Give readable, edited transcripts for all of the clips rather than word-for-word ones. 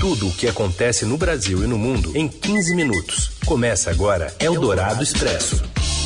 Tudo o que acontece no Brasil e no mundo em 15 minutos. Começa agora Eldorado Expresso.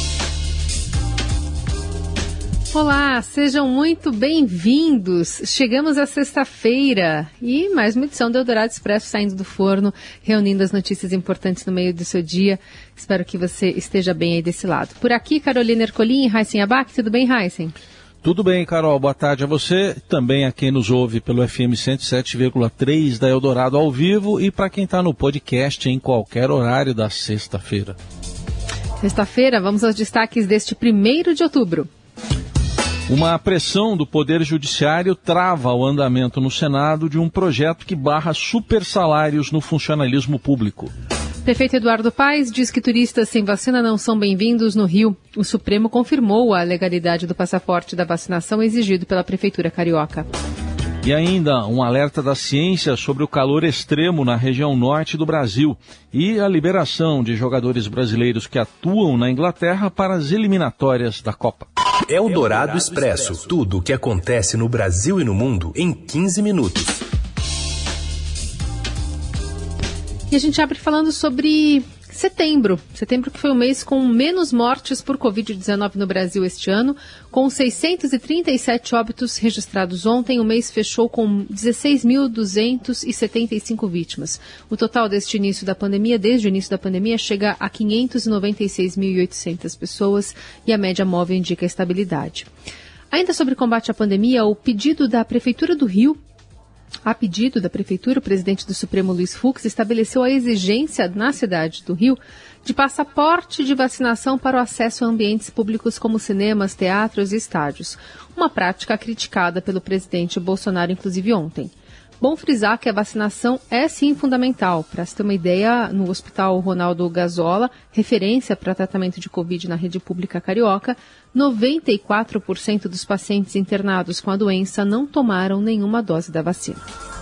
Olá, sejam muito bem-vindos. Chegamos à sexta-feira e mais uma edição do Eldorado Expresso saindo do forno, reunindo as notícias importantes no meio do seu dia. Espero que você esteja bem aí desse lado. Por aqui, Carolina Ercolim e Raíssen Abac. Tudo bem, Raíssen? Tudo bem, Carol. Boa tarde a você, também a quem nos ouve pelo FM 107,3 da Eldorado ao vivo e para quem está no podcast em qualquer horário da sexta-feira. Sexta-feira, vamos aos destaques deste 1º de outubro. Uma pressão do Poder Judiciário trava o andamento no Senado de um projeto que barra supersalários no funcionalismo público. Prefeito Eduardo Paes diz que turistas sem vacina não são bem-vindos no Rio. O Supremo confirmou a legalidade do passaporte da vacinação exigido pela Prefeitura Carioca. E ainda um alerta da ciência sobre o calor extremo na região norte do Brasil e a liberação de jogadores brasileiros que atuam na Inglaterra para as eliminatórias da Copa. Eldorado Expresso. Tudo o que acontece no Brasil e no mundo em 15 minutos. E a gente abre falando sobre setembro. Setembro que foi o mês com menos mortes por Covid-19 no Brasil este ano. Com 637 óbitos registrados ontem, o mês fechou com 16.275 vítimas. O total desde o início da pandemia, chega a 596.800 pessoas e a média móvel indica estabilidade. Ainda sobre combate à pandemia, o pedido da Prefeitura do Rio, a pedido da Prefeitura, o presidente do Supremo, Luiz Fux, estabeleceu a exigência na cidade do Rio de passaporte de vacinação para o acesso a ambientes públicos como cinemas, teatros e estádios. Uma prática criticada pelo presidente Bolsonaro, inclusive ontem. Bom frisar que a vacinação é sim fundamental. Para se ter uma ideia, no Hospital Ronaldo Gazola, referência para tratamento de Covid na rede pública carioca, 94% dos pacientes internados com a doença não tomaram nenhuma dose da vacina.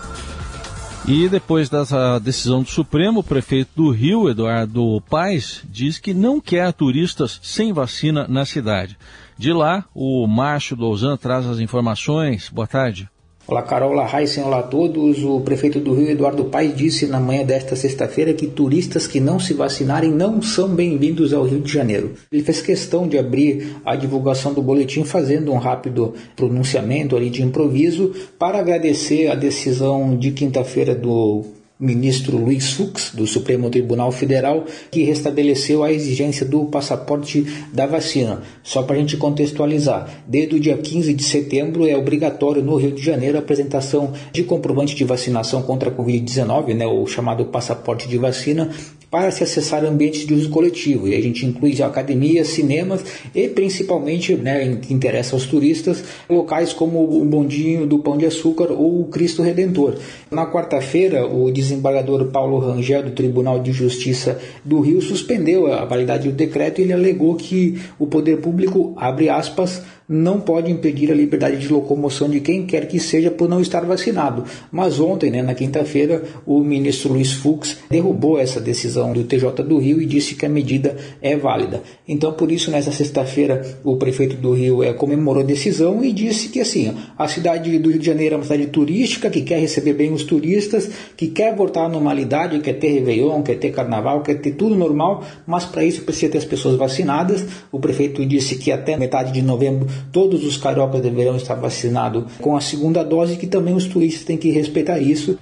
E depois dessa decisão do Supremo, o prefeito do Rio, Eduardo Paes, diz que não quer turistas sem vacina na cidade. De lá, o Márcio Douzan traz as informações. Boa tarde. Olá, Carol, olá, Raíssen, olá a todos. O prefeito do Rio, Eduardo Paes, disse na manhã desta sexta-feira que turistas que não se vacinarem não são bem-vindos ao Rio de Janeiro. Ele fez questão de abrir a divulgação do boletim fazendo um rápido pronunciamento ali de improviso para agradecer a decisão de quinta-feira do ministro Luiz Fux, do Supremo Tribunal Federal, que restabeleceu a exigência do passaporte da vacina. Só para a gente contextualizar, desde o dia 15 de setembro é obrigatório no Rio de Janeiro a apresentação de comprovante de vacinação contra a Covid-19, o chamado passaporte de vacina, para se acessar ambientes de uso coletivo. E a gente inclui academias, cinemas e principalmente, que interessa aos turistas, locais como o Bondinho do Pão de Açúcar ou o Cristo Redentor. Na quarta-feira, o desembargador Paulo Rangel, do Tribunal de Justiça do Rio, suspendeu a validade do decreto e ele alegou que o poder público, abre aspas, não pode impedir a liberdade de locomoção de quem quer que seja por não estar vacinado. Mas ontem, na quinta-feira, o ministro Luiz Fux derrubou essa decisão do TJ do Rio e disse que a medida é válida. Então, por isso, nessa sexta-feira, o prefeito do Rio comemorou a decisão e disse que a cidade do Rio de Janeiro é uma cidade turística, que quer receber bem os turistas, que quer voltar à normalidade, quer ter Réveillon, quer ter Carnaval, quer ter tudo normal, mas para isso precisa ter as pessoas vacinadas. O prefeito disse que até metade de novembro todos os cariocas deverão estar vacinados com a segunda dose, que também os turistas têm que respeitar isso.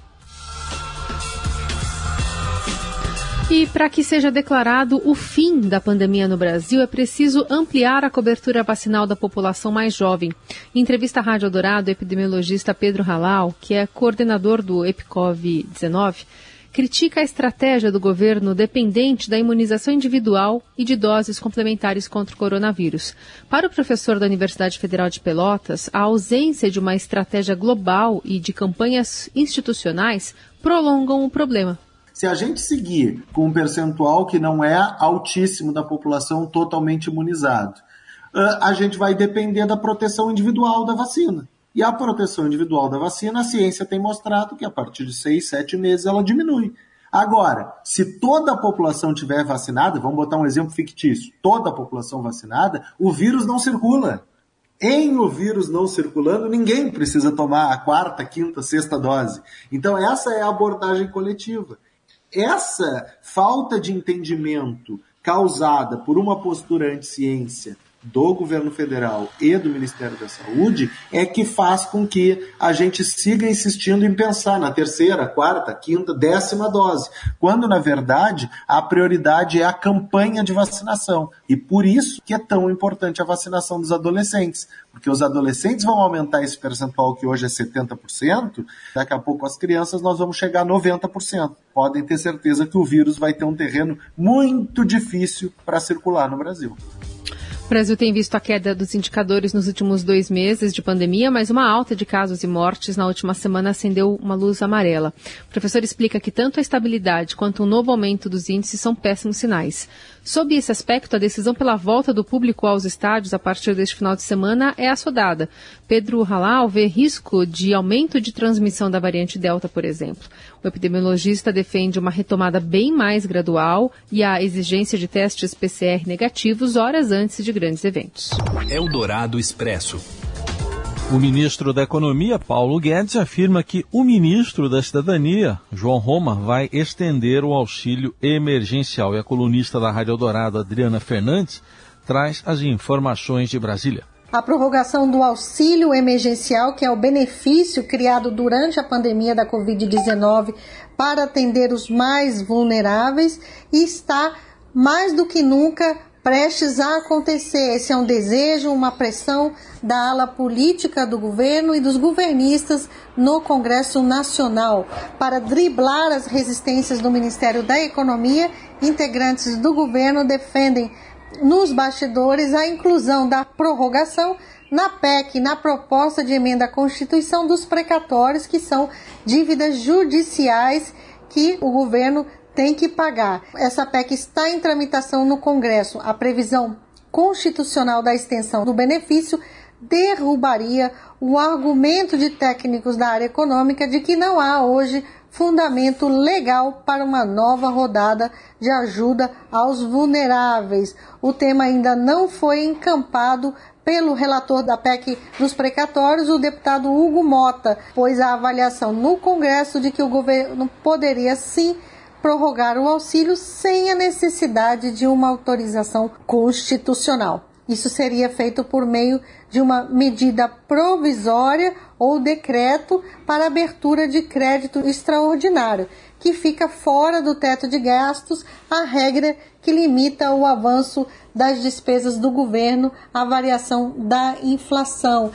E para que seja declarado o fim da pandemia no Brasil, é preciso ampliar a cobertura vacinal da população mais jovem. Em entrevista à Rádio Eldorado, o epidemiologista Pedro Halal, que é coordenador do EPCOV-19, critica a estratégia do governo dependente da imunização individual e de doses complementares contra o coronavírus. Para o professor da Universidade Federal de Pelotas, a ausência de uma estratégia global e de campanhas institucionais prolongam o problema. Se a gente seguir com um percentual que não é altíssimo da população totalmente imunizado, a gente vai depender da proteção individual da vacina. E a proteção individual da vacina, a ciência tem mostrado que a partir de 6, 7 meses ela diminui. Agora, se toda a população estiver vacinada, vamos botar um exemplo fictício, toda a população vacinada, o vírus não circula. Em o vírus não circulando, ninguém precisa tomar a 4ª, 5ª, 6ª dose. Então essa é a abordagem coletiva. Essa falta de entendimento causada por uma postura anti-ciência do governo federal e do Ministério da Saúde é que faz com que a gente siga insistindo em pensar na 3ª, 4ª, 5ª, 10ª dose, quando, na verdade, a prioridade é a campanha de vacinação. E por isso que é tão importante a vacinação dos adolescentes, porque os adolescentes vão aumentar esse percentual que hoje é 70%, daqui a pouco as crianças nós vamos chegar a 90%. Podem ter certeza que o vírus vai ter um terreno muito difícil para circular no Brasil. O Brasil tem visto a queda dos indicadores nos últimos 2 meses de pandemia, mas uma alta de casos e mortes na última semana acendeu uma luz amarela. O professor explica que tanto a estabilidade quanto o novo aumento dos índices são péssimos sinais. Sob esse aspecto, a decisão pela volta do público aos estádios a partir deste final de semana é assodada. Pedro Halal vê risco de aumento de transmissão da variante Delta, por exemplo. O epidemiologista defende uma retomada bem mais gradual e a exigência de testes PCR negativos horas antes de grandes eventos. Eldorado Expresso. O ministro da Economia, Paulo Guedes, afirma que o ministro da Cidadania, João Roma, vai estender o auxílio emergencial. E a colunista da Rádio Eldorado, Adriana Fernandes, traz as informações de Brasília. A prorrogação do auxílio emergencial, que é o benefício criado durante a pandemia da Covid-19 para atender os mais vulneráveis, está mais do que nunca prestes a acontecer. Esse é um desejo, uma pressão da ala política do governo e dos governistas no Congresso Nacional. Para driblar as resistências do Ministério da Economia, integrantes do governo defendem nos bastidores a inclusão da prorrogação na PEC, na proposta de emenda à Constituição dos precatórios, que são dívidas judiciais que o governo tem que pagar. Essa PEC está em tramitação no Congresso. A previsão constitucional da extensão do benefício derrubaria o argumento de técnicos da área econômica de que não há hoje fundamento legal para uma nova rodada de ajuda aos vulneráveis. O tema ainda não foi encampado pelo relator da PEC dos precatórios, o deputado Hugo Mota, pois a avaliação no Congresso de que o governo poderia sim prorrogar o auxílio sem a necessidade de uma autorização constitucional. Isso seria feito por meio de uma medida provisória ou decreto para abertura de crédito extraordinário, que fica fora do teto de gastos, a regra que limita o avanço das despesas do governo à variação da inflação.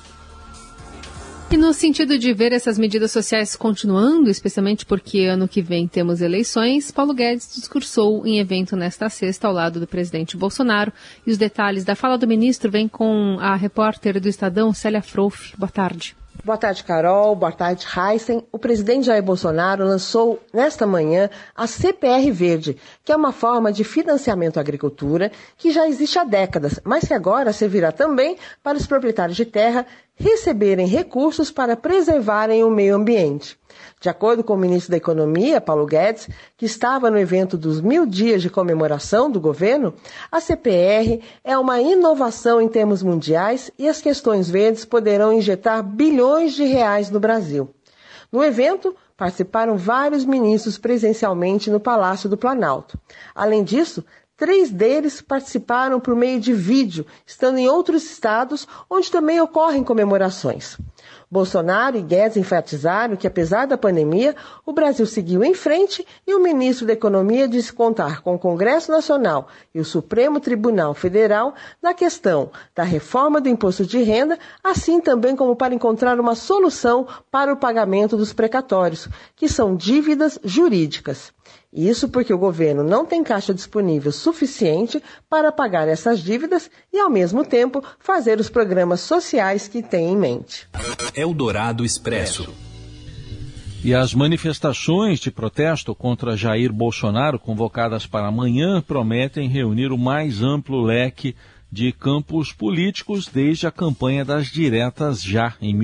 E no sentido de ver essas medidas sociais continuando, especialmente porque ano que vem temos eleições, Paulo Guedes discursou em evento nesta sexta ao lado do presidente Bolsonaro. E os detalhes da fala do ministro vêm com a repórter do Estadão, Célia Frouf. Boa tarde. Boa tarde, Carol. Boa tarde, Heisen. O presidente Jair Bolsonaro lançou nesta manhã a CPR Verde, que é uma forma de financiamento à agricultura que já existe há décadas, mas que agora servirá também para os proprietários de terra receberem recursos para preservarem o meio ambiente. De acordo com o ministro da Economia, Paulo Guedes, que estava no evento dos 1000 dias de comemoração do governo, a CPR é uma inovação em termos mundiais e as questões verdes poderão injetar bilhões de reais no Brasil. No evento, participaram vários ministros presencialmente no Palácio do Planalto. Além disso, 3 deles participaram por meio de vídeo, estando em outros estados onde também ocorrem comemorações. Bolsonaro e Guedes enfatizaram que, apesar da pandemia, o Brasil seguiu em frente e o ministro da Economia disse contar com o Congresso Nacional e o Supremo Tribunal Federal na questão da reforma do imposto de renda, assim também como para encontrar uma solução para o pagamento dos precatórios, que são dívidas jurídicas. Isso porque o governo não tem caixa disponível suficiente para pagar essas dívidas e, ao mesmo tempo, fazer os programas sociais que tem em mente. Eldorado Expresso. E as manifestações de protesto contra Jair Bolsonaro, convocadas para amanhã, prometem reunir o mais amplo leque de campos políticos desde a campanha das diretas já, em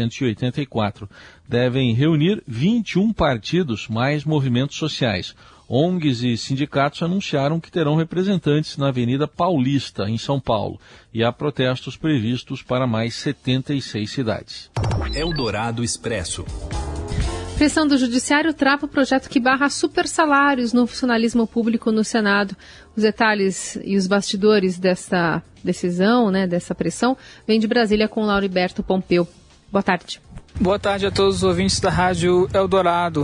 1984. Devem reunir 21 partidos mais movimentos sociais. ONGs e sindicatos anunciaram que terão representantes na Avenida Paulista, em São Paulo, e há protestos previstos para mais 76 cidades. Eldorado Expresso. Pressão do Judiciário trava o projeto que barra supersalários no funcionalismo público no Senado. Os detalhes e os bastidores dessa decisão, dessa pressão, vem de Brasília com Lauriberto Pompeu. Boa tarde. Boa tarde a todos os ouvintes da Rádio Eldorado.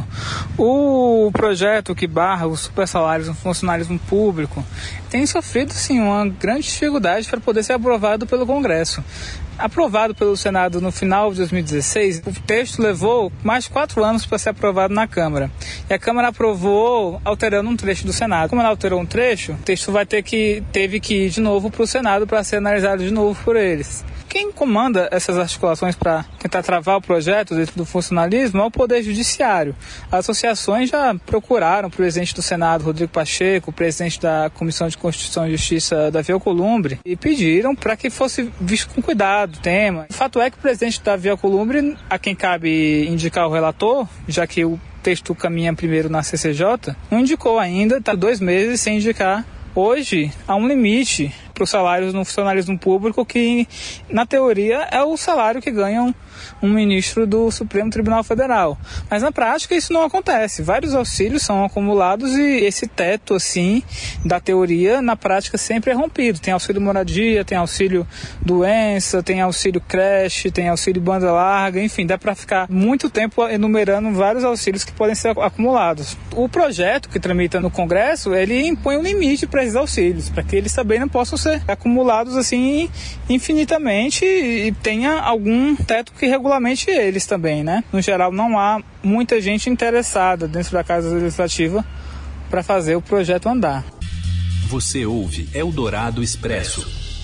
O projeto que barra os supersalários no funcionalismo público tem sofrido, sim, uma grande dificuldade para poder ser aprovado pelo Congresso. Aprovado pelo Senado no final de 2016, o texto levou mais de 4 anos para ser aprovado na Câmara. E a Câmara aprovou alterando um trecho do Senado. Como ela alterou um trecho, o texto teve que ir de novo para o Senado para ser analisado de novo por eles. Quem comanda essas articulações para tentar travar o projeto dentro do funcionalismo é o Poder Judiciário. As associações já procuraram o presidente do Senado, Rodrigo Pacheco, o presidente da Comissão de Constituição e Justiça, Davi Alcolumbre, e pediram para que fosse visto com cuidado o tema. O fato é que o presidente Davi Alcolumbre, a quem cabe indicar o relator, já que o texto caminha primeiro na CCJ, não indicou ainda, está 2 meses sem indicar. Hoje há um limite para os salários no funcionalismo público que, na teoria, é o salário que ganha um ministro do Supremo Tribunal Federal. Mas, na prática, isso não acontece. Vários auxílios são acumulados e esse teto, assim, da teoria, na prática, sempre é rompido. Tem auxílio moradia, tem auxílio doença, tem auxílio creche, tem auxílio banda larga, enfim, dá para ficar muito tempo enumerando vários auxílios que podem ser acumulados. O projeto que tramita no Congresso, ele impõe um limite para esses auxílios, para que eles também não possam ser acumulados assim infinitamente e tenha algum teto que regulamente eles também, No geral, não há muita gente interessada dentro da Casa Legislativa para fazer o projeto andar. Você ouve Eldorado Expresso.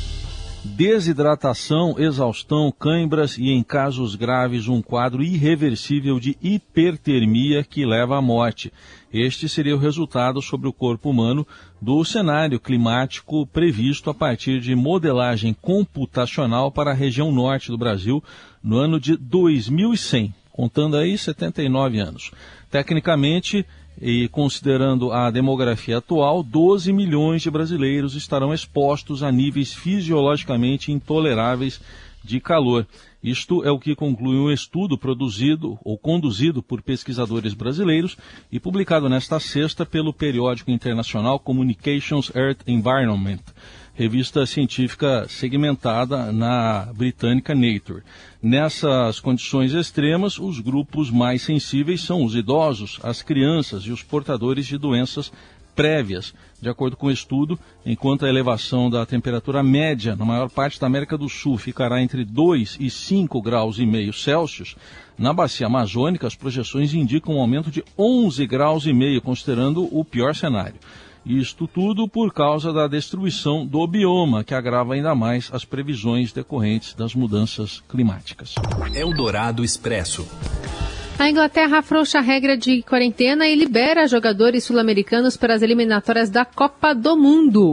Desidratação, exaustão, cãibras e, em casos graves, um quadro irreversível de hipertermia que leva à morte. Este seria o resultado sobre o corpo humano do cenário climático previsto a partir de modelagem computacional para a região norte do Brasil no ano de 2100, contando aí 79 anos. Tecnicamente, e considerando a demografia atual, 12 milhões de brasileiros estarão expostos a níveis fisiologicamente intoleráveis de calor. Isto é o que conclui um estudo produzido ou conduzido por pesquisadores brasileiros e publicado nesta sexta pelo periódico internacional Communications Earth Environment, revista científica segmentada na britânica Nature. Nessas condições extremas, os grupos mais sensíveis são os idosos, as crianças e os portadores de doenças prévias. De acordo com o estudo, enquanto a elevação da temperatura média na maior parte da América do Sul ficará entre 2 e 5,5 graus Celsius, na bacia amazônica as projeções indicam um aumento de 11,5 graus, considerando o pior cenário. Isto tudo por causa da destruição do bioma, que agrava ainda mais as previsões decorrentes das mudanças climáticas. Eldorado Expresso. A Inglaterra afrouxa a regra de quarentena e libera jogadores sul-americanos para as eliminatórias da Copa do Mundo.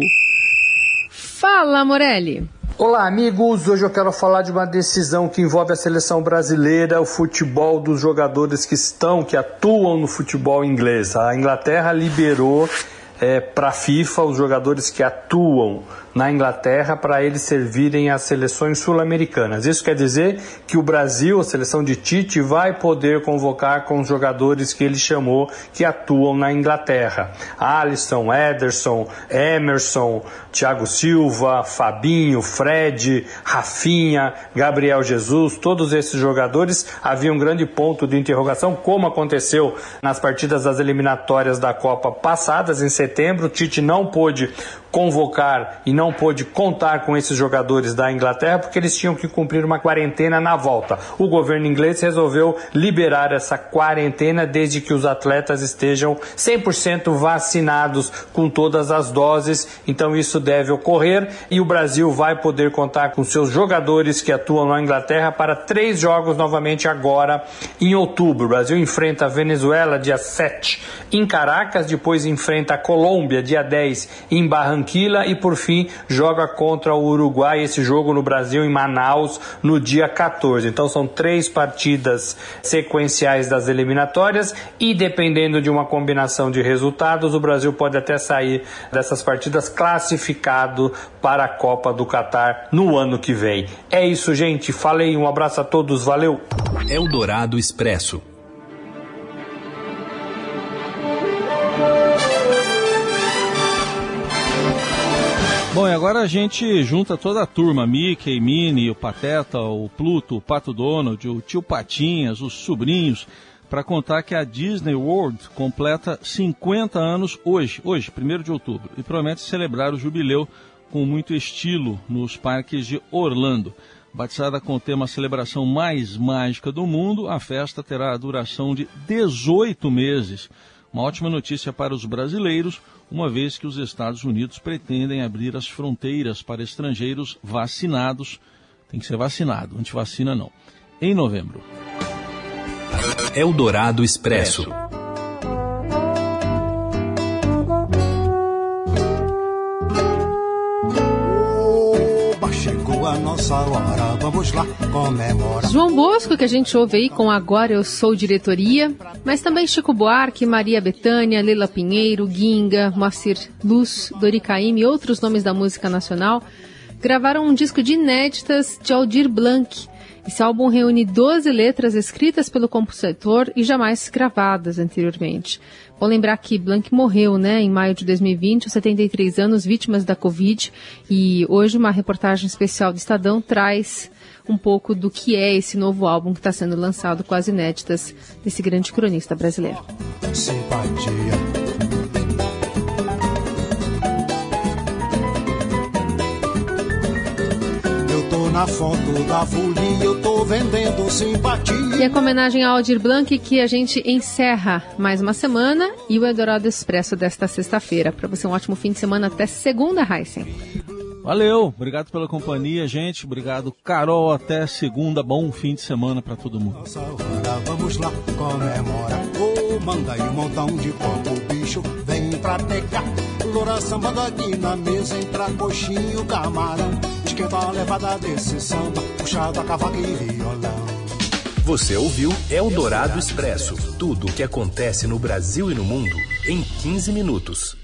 Fala, Morelli. Olá, amigos. Hoje eu quero falar de uma decisão que envolve a seleção brasileira, o futebol dos jogadores que atuam no futebol inglês. A Inglaterra liberou para a FIFA os jogadores que atuam na Inglaterra para eles servirem às seleções sul-americanas. Isso quer dizer que o Brasil, a seleção de Tite, vai poder convocar com os jogadores que ele chamou que atuam na Inglaterra. Alisson, Ederson, Emerson, Thiago Silva, Fabinho, Fred, Rafinha, Gabriel Jesus, todos esses jogadores haviam um grande ponto de interrogação, como aconteceu nas partidas das eliminatórias da Copa passadas em setembro. Tite não pôde convocar e não pôde contar com esses jogadores da Inglaterra porque eles tinham que cumprir uma quarentena na volta. O governo inglês resolveu liberar essa quarentena desde que os atletas estejam 100% vacinados com todas as doses, então isso deve ocorrer e o Brasil vai poder contar com seus jogadores que atuam na Inglaterra para 3 jogos novamente agora em outubro. O Brasil enfrenta a Venezuela dia 7 em Caracas, depois enfrenta a Colômbia dia 10 em Barranquilla e por fim joga contra o Uruguai, esse jogo no Brasil, em Manaus, no dia 14. Então são 3 partidas sequenciais das eliminatórias e, dependendo de uma combinação de resultados, o Brasil pode até sair dessas partidas classificado para a Copa do Catar no ano que vem. É isso, gente. Falei, um abraço a todos, valeu! Eldorado Expresso. Bom, e agora a gente junta toda a turma, Mickey, Minnie, o Pateta, o Pluto, o Pato Donald, o Tio Patinhas, os sobrinhos, para contar que a Disney World completa 50 anos hoje, 1º de outubro, e promete celebrar o jubileu com muito estilo nos parques de Orlando. Batizada com o tema Celebração Mais Mágica do Mundo, a festa terá a duração de 18 meses. Uma ótima notícia para os brasileiros, uma vez que os Estados Unidos pretendem abrir as fronteiras para estrangeiros vacinados. Tem que ser vacinado, antivacina não. Em novembro. Eldorado Expresso. Chegou a nossa hora, vamos lá comemorar. João Bosco, que a gente ouve aí com Agora Eu Sou Diretoria, mas também Chico Buarque, Maria Bethânia, Leila Pinheiro, Ginga, Moacir Luz, Dori Caymmi e outros nomes da música nacional gravaram um disco de inéditas de Aldir Blanc. Esse álbum reúne 12 letras escritas pelo compositor e jamais gravadas anteriormente. Vou lembrar que Blanc morreu, em maio de 2020, aos 73 anos, vítimas da Covid. E hoje uma reportagem especial do Estadão traz um pouco do que é esse novo álbum que está sendo lançado com as inéditas desse grande cronista brasileiro. Simpatia. Na foto da folia eu tô vendendo simpatia. E é com homenagem ao Aldir Blanc que a gente encerra mais uma semana e o Eldorado Expresso desta sexta-feira. Para você um ótimo fim de semana até segunda, Heisen. Valeu, obrigado pela companhia, gente. Obrigado, Carol. Até segunda. Bom fim de semana para todo mundo. Nossa hora, vamos lá comemorar. Manda aí um montão de copo, bicho vem pra pegar. Loura sambando aqui na mesa, entra coxinho, camarão. Esquenta a levada desse samba, puxado a cavaco e violão. Você ouviu Eldorado Expresso. Tudo o que acontece no Brasil e no mundo em 15 minutos.